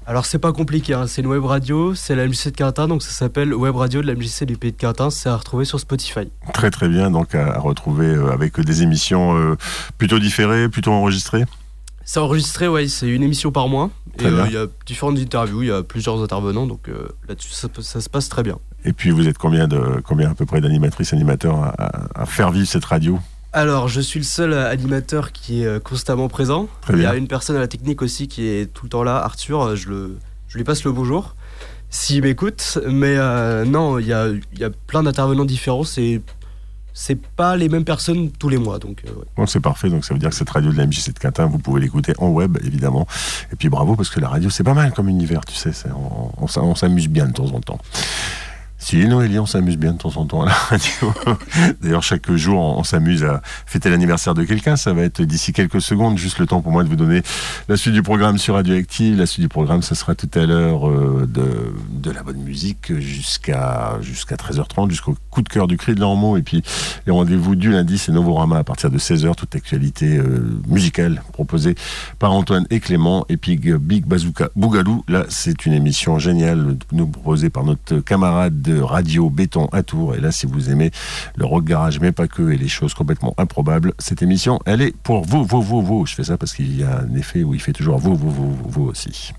Alors c'est pas compliqué, hein. C'est une web radio, c'est la MJC de Quintin, donc ça s'appelle Web Radio de la MJC du Pays de Quintin, c'est à retrouver sur Spotify. Très très bien, donc à retrouver avec des émissions plutôt différées, plutôt enregistrées. C'est enregistré, ouais, c'est une émission par mois. Très et bien. il y a différentes interviews, il y a plusieurs intervenants, donc là-dessus ça se passe très bien. Et puis vous êtes combien à peu près d'animatrices, animateurs à faire vivre cette radio ? Alors, je suis le seul animateur qui est constamment présent. Très Il y bien. a une personne à la technique aussi qui est tout le temps là, Arthur, je lui passe le bonjour, s'il m'écoute. Mais non, il y a plein d'intervenants différents, c'est pas les mêmes personnes tous les mois. Donc, ouais. Bon, c'est parfait, donc ça veut dire que cette radio de la MJC de Quintin, vous pouvez l'écouter en web, évidemment. Et puis bravo, parce que la radio, c'est pas mal comme univers, tu sais, on s'amuse bien de temps en temps. Si, Noélie, on s'amuse bien de temps en temps à la radio. D'ailleurs, chaque jour, on s'amuse à fêter l'anniversaire de quelqu'un. Ça va être d'ici quelques secondes, juste le temps pour moi de vous donner la suite du programme sur Radioactive. La suite du programme, ça sera tout à l'heure de la bonne musique jusqu'à 13h30, jusqu'au coup de cœur du cri de l'Ormeau. Et puis, les rendez-vous du lundi, c'est Novorama à partir de 16h, toute actualité musicale proposée par Antoine et Clément. Et puis, Big Bazooka Bougalou, là, c'est une émission géniale nous proposée par notre camarade de Radio Béton à Tours. Et là, si vous aimez le rock garage, mais pas que, et les choses complètement improbables, cette émission, elle est pour vous. Je fais ça parce qu'il y a un effet où il fait toujours vous aussi.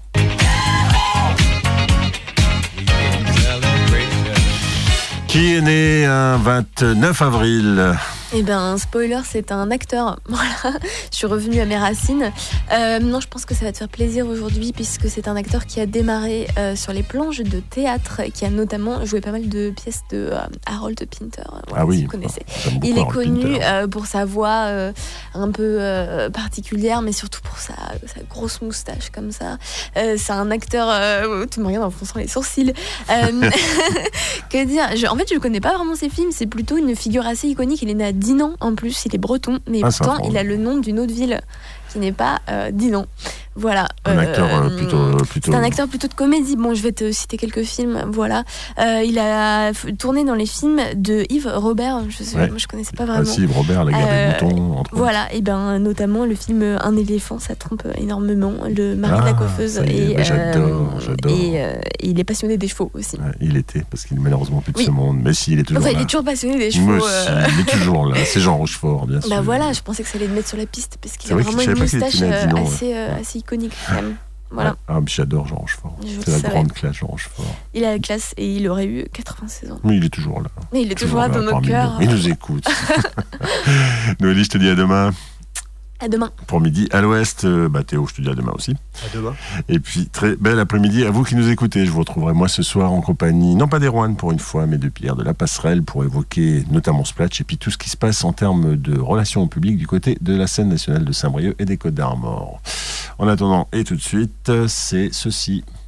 Qui est né un 29 avril ? Eh ben, spoiler, c'est un acteur. Voilà, je suis revenue à mes racines. Non, je pense que ça va te faire plaisir aujourd'hui, puisque c'est un acteur qui a démarré sur les planches de théâtre, qui a notamment joué pas mal de pièces de Harold Pinter. Ah oui, si vous connaissez. Il est connu pour sa voix un peu particulière, mais surtout pour sa grosse moustache comme ça. C'est un acteur... tu me regardes en fronçant les sourcils. Que dire ? En fait, je ne connais pas vraiment ses films. C'est plutôt une figure assez iconique. Il est né à Dinan en plus. Il est breton, mais pourtant, il a le nom d'une autre ville qui n'est pas Dinan. Voilà. Un acteur plutôt... C'est un acteur plutôt de comédie. Bon, je vais te citer quelques films. Voilà. Il a tourné dans les films de Yves Robert. Moi, je connaissais pas vraiment. Ah si, Yves Robert, La guerre des moutons, entre autres. Voilà. Et ben, notamment le film Un éléphant, ça trompe énormément. Le mari de la coiffeuse. J'adore. Et il est passionné des chevaux aussi. Ouais, il était, parce qu'il est malheureusement plus de ce monde. Mais si, il est toujours là. Il est toujours passionné des chevaux. Il est toujours là. C'est Jean Rochefort, bien sûr. Bah voilà, je pensais que ça allait le mettre sur la piste, parce qu'il a vrai vraiment une moustache assez iconique quand même. Voilà. Ah, j'adore Jean Rochefort. C'est la grande classe, Jean Rochefort. Il a la classe et il aurait eu 96 ans. Mais il est toujours là. Mais il est toujours là dans nos cœurs. Il nous écoute. Noélie, je te dis à demain. À demain. Pour midi à l'Ouest. Théo, je te dis à demain aussi. À demain. Et puis, très bel après-midi à vous qui nous écoutez. Je vous retrouverai moi ce soir en compagnie, non pas d'Erwan pour une fois, mais de Pierre de la Passerelle pour évoquer notamment Splatch et puis tout ce qui se passe en termes de relations au public du côté de la scène nationale de Saint-Brieuc et des Côtes d'Armor. En attendant, et tout de suite, c'est ceci.